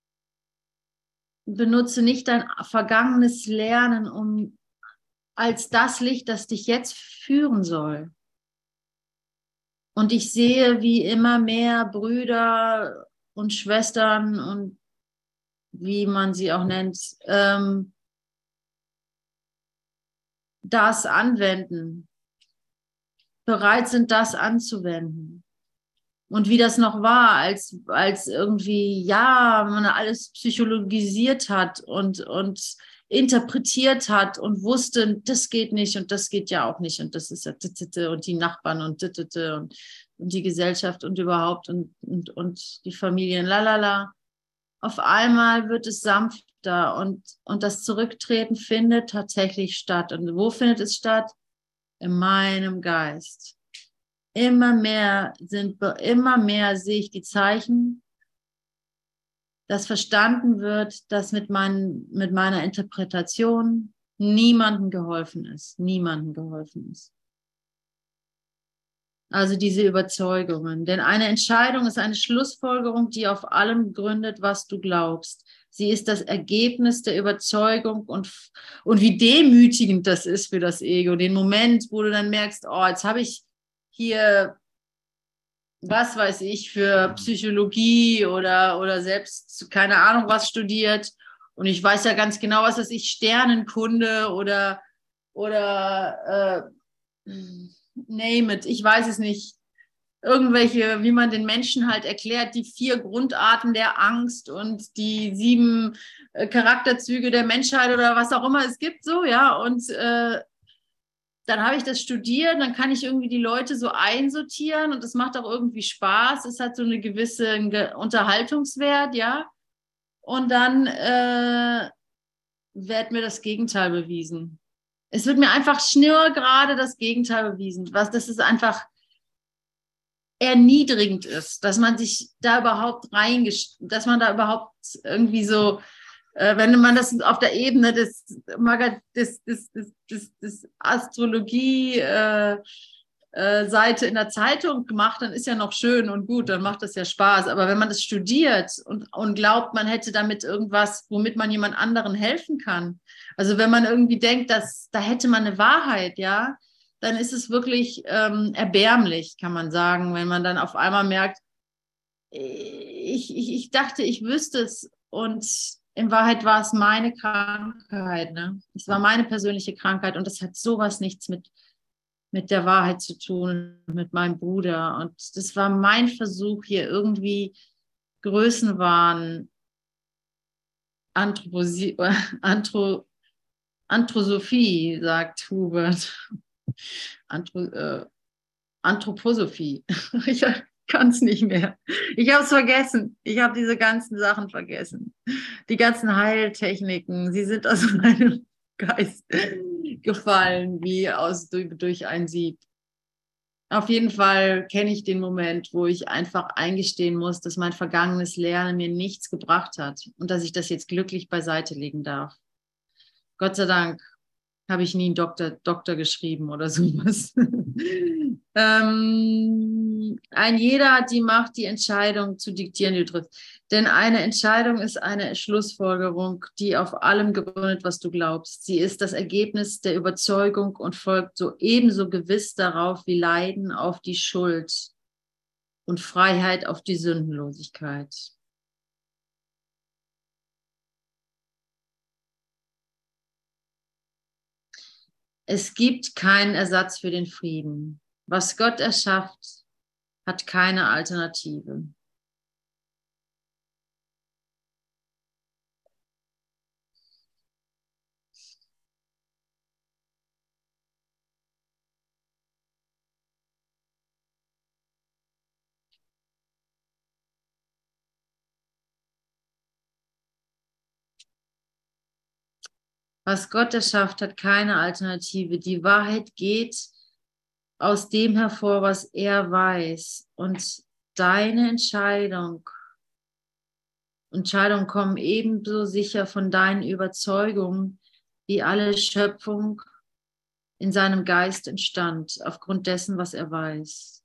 benutze nicht dein vergangenes Lernen als das Licht, das dich jetzt führen soll. Und ich sehe, wie immer mehr Brüder und Schwestern und wie man sie auch nennt, das anwenden, bereit sind, das anzuwenden. Und wie das noch war, als irgendwie, ja, man alles psychologisiert hat und interpretiert hat und wusste, das geht nicht und das geht ja auch nicht und das ist ja und die Nachbarn und die Gesellschaft und überhaupt und die Familien, lalala. Auf einmal wird es sanfter und das Zurücktreten findet tatsächlich statt. Und wo findet es statt? In meinem Geist. Immer mehr sehe ich die Zeichen, dass verstanden wird, dass mit meiner Interpretation niemandem geholfen ist. Niemandem geholfen ist. Also diese Überzeugungen. Denn eine Entscheidung ist eine Schlussfolgerung, die auf allem gründet, was du glaubst. Sie ist das Ergebnis der Überzeugung und wie demütigend das ist für das Ego. Den Moment, wo du dann merkst, oh, jetzt habe ich hier, was weiß ich, für Psychologie oder selbst keine Ahnung was studiert. Und ich weiß ja ganz genau, was das ist, Sternenkunde oder name it, ich weiß es nicht. Irgendwelche, wie man den Menschen halt erklärt, die 4 Grundarten der Angst und die 7 Charakterzüge der Menschheit oder was auch immer es gibt, so, ja. Und dann habe ich das studiert, dann kann ich irgendwie die Leute so einsortieren und das macht auch irgendwie Spaß. Es hat so eine gewisse Unterhaltungswert, ja. Und dann wird mir das Gegenteil bewiesen. Es wird mir einfach schnurgerade das Gegenteil bewiesen, was das ist einfach erniedrigend ist, dass man sich da überhaupt dass man da überhaupt irgendwie so, wenn man das auf der Ebene des Astrologie Seite in der Zeitung macht, dann ist ja noch schön und gut, dann macht das ja Spaß. Aber wenn man das studiert und glaubt, man hätte damit irgendwas, womit man jemand anderen helfen kann, also wenn man irgendwie denkt, dass da hätte man eine Wahrheit, ja, dann ist es wirklich erbärmlich, kann man sagen, wenn man dann auf einmal merkt, ich dachte, ich wüsste es und in Wahrheit war es meine Krankheit. Ne? Es war meine persönliche Krankheit und das hat sowas nichts mit der Wahrheit zu tun, mit meinem Bruder. Und das war mein Versuch, hier irgendwie Größenwahn, Antro, Anthrosophie, sagt Hubert. Anthro, Anthroposophie. Ich kann es nicht mehr. Ich habe es vergessen. Ich habe diese ganzen Sachen vergessen. Die ganzen Heiltechniken, sie sind aus meinem Geist gefallen, wie durch ein Sieb. Auf jeden Fall kenne ich den Moment, wo ich einfach eingestehen muss, dass mein vergangenes Lernen mir nichts gebracht hat und dass ich das jetzt glücklich beiseite legen darf. Gott sei Dank habe ich nie einen Doktor geschrieben oder sowas. Ein jeder hat die Macht, die Entscheidung zu diktieren, die du triffst. Denn eine Entscheidung ist eine Schlussfolgerung, die auf allem gründet, was du glaubst. Sie ist das Ergebnis der Überzeugung und folgt so ebenso gewiss darauf wie Leiden auf die Schuld und Freiheit auf die Sündenlosigkeit. Es gibt keinen Ersatz für den Frieden. Was Gott erschafft, hat keine Alternative. Was Gott erschafft, hat keine Alternative. Die Wahrheit geht aus dem hervor, was er weiß. Und deine Entscheidungen kommen ebenso sicher von deinen Überzeugungen, wie alle Schöpfung in seinem Geist entstand, aufgrund dessen, was er weiß.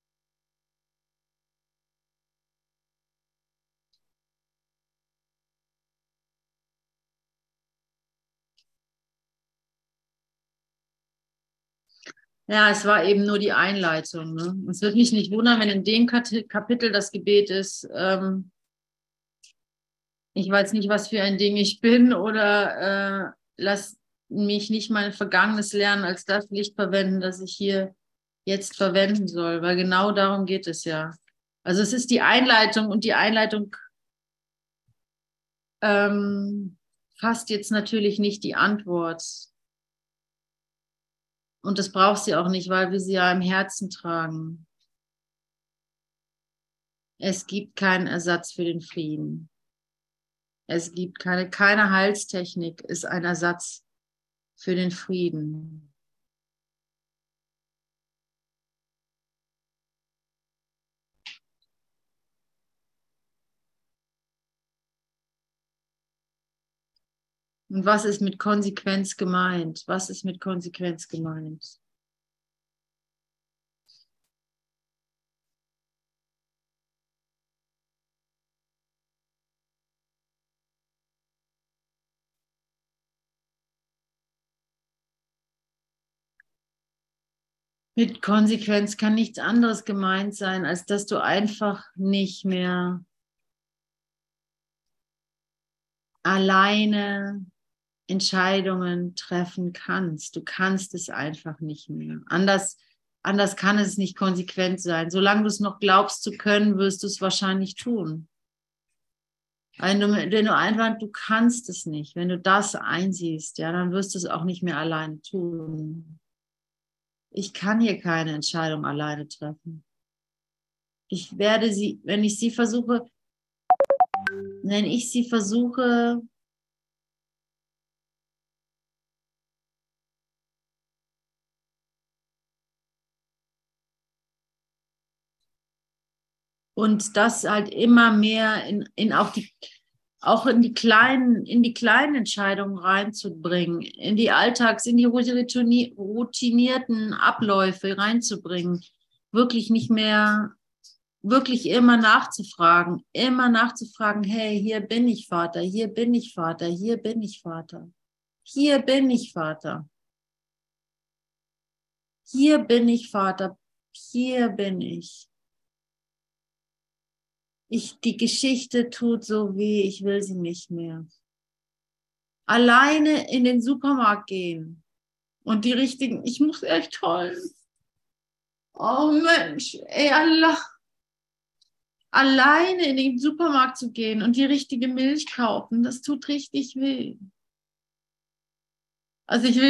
Ja, es war eben nur die Einleitung. Ne? Es wird mich nicht wundern, wenn in dem Kapitel das Gebet ist, ich weiß nicht, was für ein Ding ich bin, oder lass mich nicht mein vergangenes Lernen als das Licht verwenden, das ich hier jetzt verwenden soll, weil genau darum geht es ja. Also es ist die Einleitung, und die Einleitung fasst jetzt natürlich nicht die Antwort. Und das braucht sie auch nicht, weil wir sie ja im Herzen tragen. Es gibt keinen Ersatz für den Frieden. Es gibt keine Heilstechnik ist ein Ersatz für den Frieden. Und was ist mit Konsequenz gemeint? Was ist mit Konsequenz gemeint? Mit Konsequenz kann nichts anderes gemeint sein, als dass du einfach nicht mehr alleine Entscheidungen treffen kannst. Du kannst es einfach nicht mehr. Anders kann es nicht konsequent sein. Solange du es noch glaubst zu können, wirst du es wahrscheinlich tun. Wenn du einfach, du kannst es nicht. Wenn du das einsiehst, ja, dann wirst du es auch nicht mehr alleine tun. Ich kann hier keine Entscheidung alleine treffen. Ich werde sie, wenn ich sie versuche, und das halt immer mehr auch in die kleinen Entscheidungen reinzubringen, in die routinierten Abläufe reinzubringen, wirklich nicht mehr, wirklich immer nachzufragen, hey, hier bin ich Vater, hier bin ich Vater, hier bin ich Vater, hier bin ich Vater, hier bin ich Vater, hier bin ich. Die Geschichte tut so weh, ich will sie nicht mehr. Alleine in den Supermarkt gehen und die richtigen, ich muss echt heulen. Oh Mensch, ey, Allah. Alleine in den Supermarkt zu gehen und die richtige Milch kaufen, das tut richtig weh. Also ich will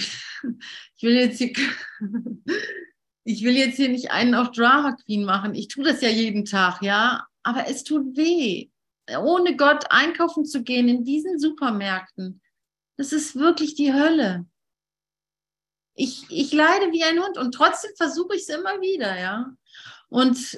jetzt hier nicht einen auf Drama Queen machen. Ich tue das ja jeden Tag, ja. Aber es tut weh. Ohne Gott einkaufen zu gehen in diesen Supermärkten, das ist wirklich die Hölle. Ich leide wie ein Hund, und trotzdem versuche ich es immer wieder, ja. Und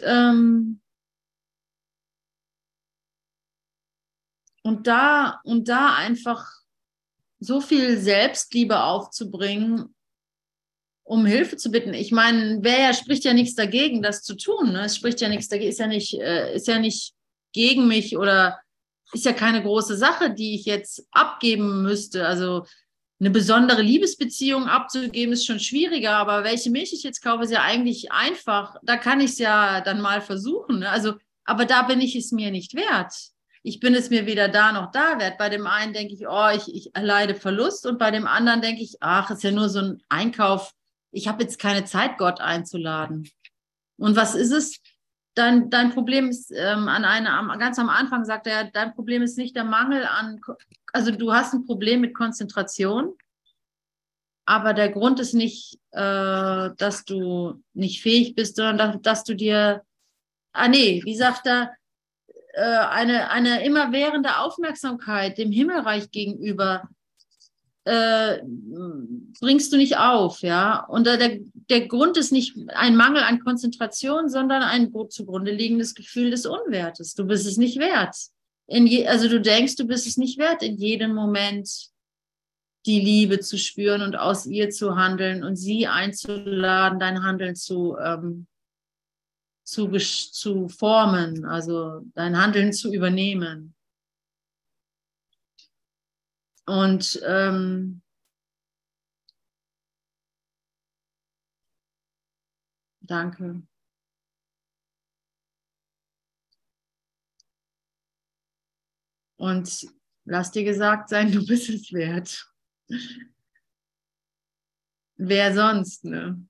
da einfach so viel Selbstliebe aufzubringen, um Hilfe zu bitten. Ich meine, spricht ja nichts dagegen, das zu tun. Ne? Es spricht ja nichts dagegen, ist ja nicht gegen mich, oder ist ja keine große Sache, die ich jetzt abgeben müsste. Also eine besondere Liebesbeziehung abzugeben, ist schon schwieriger, aber welche Milch ich jetzt kaufe, ist ja eigentlich einfach. Da kann ich es ja dann mal versuchen. Ne? Also, aber da bin ich es mir nicht wert. Ich bin es mir weder da noch da wert. Bei dem einen denke ich, oh, ich erleide Verlust, und bei dem anderen denke ich, ach, ist ja nur so ein Einkauf. Ich habe jetzt keine Zeit, Gott einzuladen. Und was ist es? Dein Problem ist, ganz am Anfang sagt er, dein Problem ist nicht der Mangel an, also du hast ein Problem mit Konzentration, aber der Grund ist nicht, dass du nicht fähig bist, sondern dass du dir, wie sagt er, eine immerwährende Aufmerksamkeit dem Himmelreich gegenüber bringst du nicht auf, ja. Und der Grund ist nicht ein Mangel an Konzentration, sondern ein zugrunde liegendes Gefühl des Unwertes. Du bist es nicht wert. Also du denkst, du bist es nicht wert, in jedem Moment die Liebe zu spüren und aus ihr zu handeln und sie einzuladen, dein Handeln zu formen, also dein Handeln zu übernehmen. Und danke. Und lass dir gesagt sein, du bist es wert. Wer sonst, ne?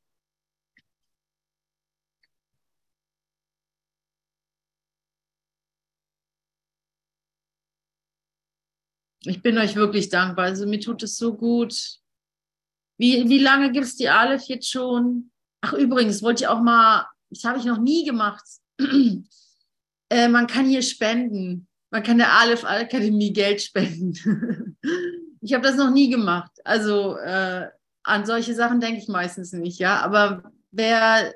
Ich bin euch wirklich dankbar. Also mir tut es so gut. Wie lange gibt es die Aleph jetzt schon? Ach, übrigens, wollte ich auch mal, das habe ich noch nie gemacht. Man kann hier spenden. Man kann der Aleph Akademie Geld spenden. Ich habe das noch nie gemacht. Also an solche Sachen denke ich meistens nicht, ja. Aber wer,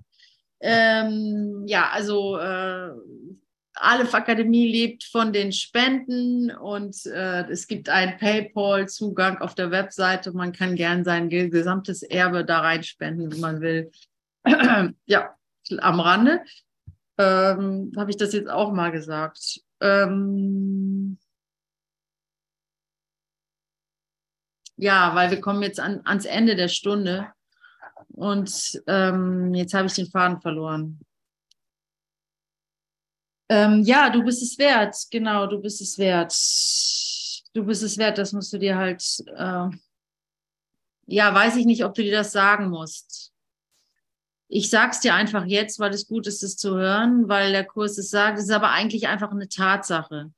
Aleph Akademie lebt von den Spenden und es gibt einen PayPal-Zugang auf der Webseite. Man kann gern sein gesamtes Erbe da reinspenden, wenn man will. Ja, am Rande. Habe ich das jetzt auch mal gesagt. Ja, weil wir kommen jetzt ans Ende der Stunde und jetzt habe ich den Faden verloren. Ja, du bist es wert, genau, du bist es wert. Du bist es wert, das musst du dir halt, ja, weiß ich nicht, ob du dir das sagen musst. Ich sag's dir einfach jetzt, weil es gut ist, es zu hören, weil der Kurs es sagt. Es ist aber eigentlich einfach eine Tatsache.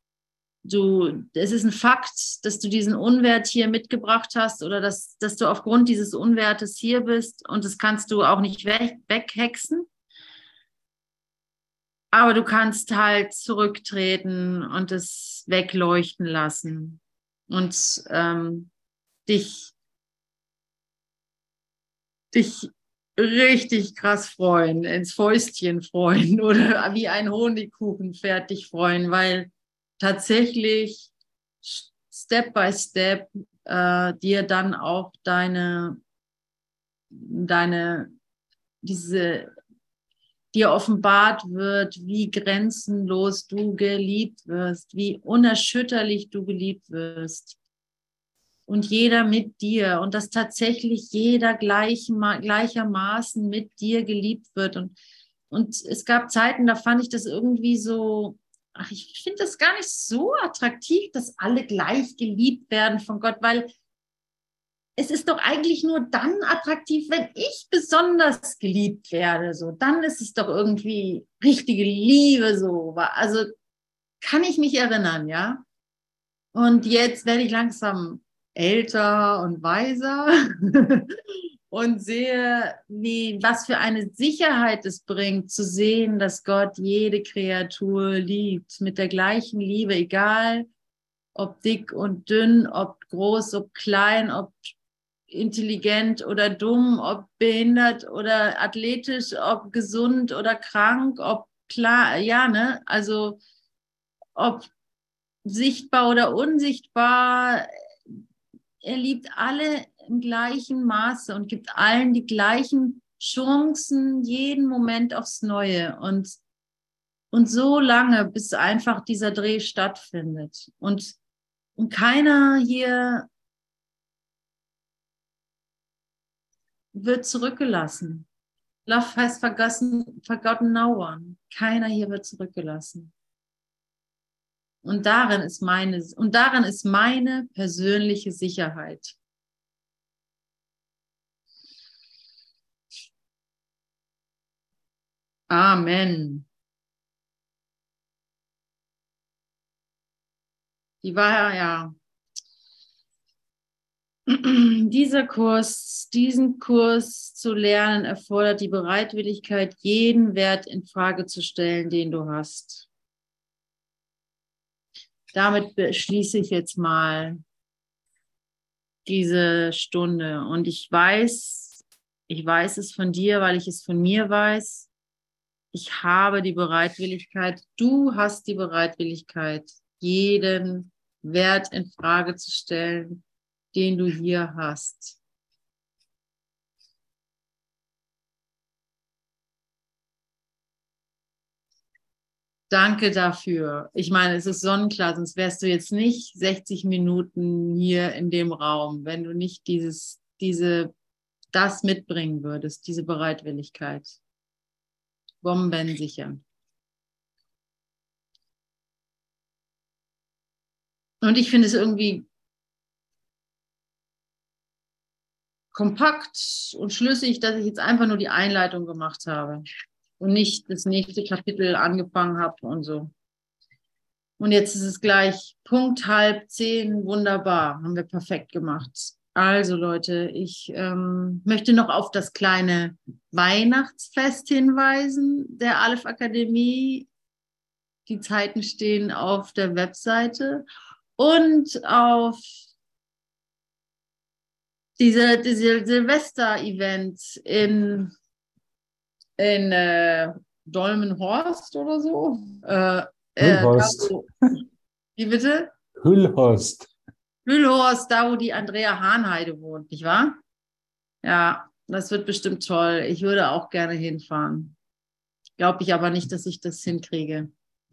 Es ist ein Fakt, dass du diesen Unwert hier mitgebracht hast oder dass du aufgrund dieses Unwertes hier bist und das kannst du auch nicht weghexen. Aber du kannst halt zurücktreten und es wegleuchten lassen und dich richtig krass freuen, ins Fäustchen freuen oder wie ein Honigkuchen fertig freuen, weil tatsächlich Step by Step dir dann auch dir offenbart wird, wie grenzenlos du geliebt wirst, wie unerschütterlich du geliebt wirst. Und jeder mit dir und dass tatsächlich jeder gleichermaßen mit dir geliebt wird. Und es gab Zeiten, da fand ich das irgendwie so, ich finde das gar nicht so attraktiv, dass alle gleich geliebt werden von Gott, weil es ist doch eigentlich nur dann attraktiv, wenn ich besonders geliebt werde. So, dann ist es doch irgendwie richtige Liebe. So, also kann ich mich erinnern, ja. Und jetzt werde ich langsam älter und weiser und sehe, was für eine Sicherheit es bringt, zu sehen, dass Gott jede Kreatur liebt, mit der gleichen Liebe, egal ob dick und dünn, ob groß, ob klein, ob intelligent oder dumm, ob behindert oder athletisch, ob gesund oder krank, ob klar, ja, ne, also ob sichtbar oder unsichtbar, er liebt alle im gleichen Maße und gibt allen die gleichen Chancen, jeden Moment aufs Neue und so lange, bis einfach dieser Dreh stattfindet und keiner hier wird zurückgelassen. Love has forgotten no one. Keiner hier wird zurückgelassen. Und darin ist meine persönliche Sicherheit. Amen. Die war ja. Diesen Kurs zu lernen, erfordert die Bereitwilligkeit, jeden Wert in Frage zu stellen, den du hast. Damit beschließe ich jetzt mal diese Stunde. Und ich weiß es von dir, weil ich es von mir weiß. Ich habe die Bereitwilligkeit, du hast die Bereitwilligkeit, jeden Wert in Frage zu stellen, den du hier hast. Danke dafür. Ich meine, es ist sonnenklar, sonst wärst du jetzt nicht 60 Minuten hier in dem Raum, wenn du nicht das mitbringen würdest, diese Bereitwilligkeit. Bombensicher. Und ich finde es irgendwie kompakt und schlüssig, dass ich jetzt einfach nur die Einleitung gemacht habe und nicht das nächste Kapitel angefangen habe und so. Und jetzt ist es gleich Punkt 9:30, wunderbar, haben wir perfekt gemacht. Also Leute, ich möchte noch auf das kleine Weihnachtsfest hinweisen der Aleph Akademie. Die Zeiten stehen auf der Webseite und auf diese Silvester-Event in Dolmenhorst oder so. Hüllhorst. Wie bitte? Hüllhorst. Hüllhorst, da wo die Andrea Hahnheide wohnt, nicht wahr? Ja, das wird bestimmt toll. Ich würde auch gerne hinfahren. Glaube ich aber nicht, dass ich das hinkriege.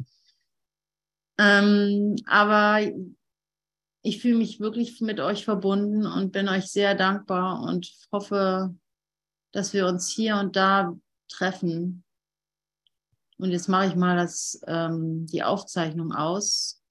Aber ich fühle mich wirklich mit euch verbunden und bin euch sehr dankbar und hoffe, dass wir uns hier und da treffen. Und jetzt mache ich mal die Aufzeichnung aus.